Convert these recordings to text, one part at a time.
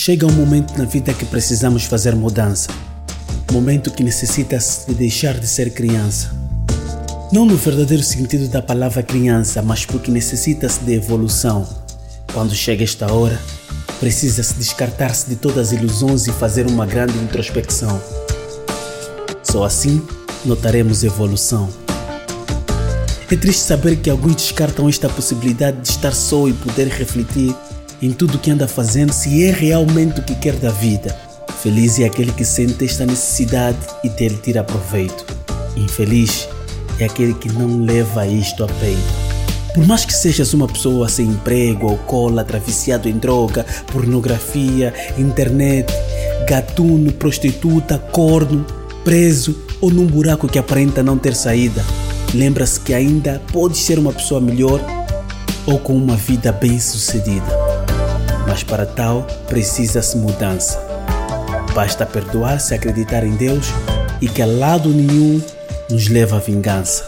Chega um momento na vida que precisamos fazer mudança. Momento que necessita-se de deixar de ser criança. Não no verdadeiro sentido da palavra criança, mas porque necessita-se de evolução. Quando chega esta hora, precisa-se descartar-se de todas as ilusões e fazer uma grande introspecção. Só assim notaremos evolução. É triste saber que alguns descartam esta possibilidade de estar só e poder refletir em tudo o que anda fazendo, se é realmente o que quer da vida. Feliz é aquele que sente esta necessidade e dele tira proveito. Infeliz é aquele que não leva isto a peito. Por mais que sejas uma pessoa sem emprego, alcoólatra, viciado em droga, pornografia, internet, gatuno, prostituta, corno, preso ou num buraco que aparenta não ter saída, lembra-se que ainda podes ser uma pessoa melhor ou com uma vida bem-sucedida. Mas para tal, precisa-se mudança. Basta perdoar-se, acreditar em Deus e que a lado nenhum nos leva à vingança.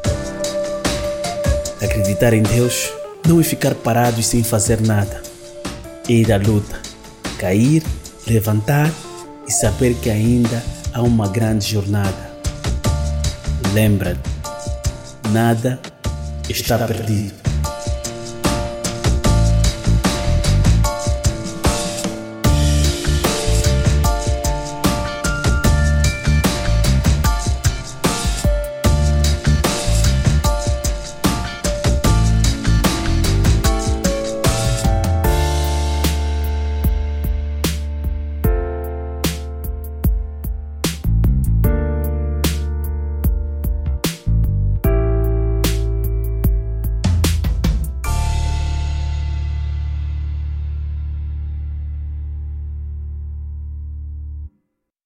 Acreditar em Deus não é ficar parado e sem fazer nada. É ir à luta, cair, levantar e saber que ainda há uma grande jornada. Lembra-te, nada está perdido.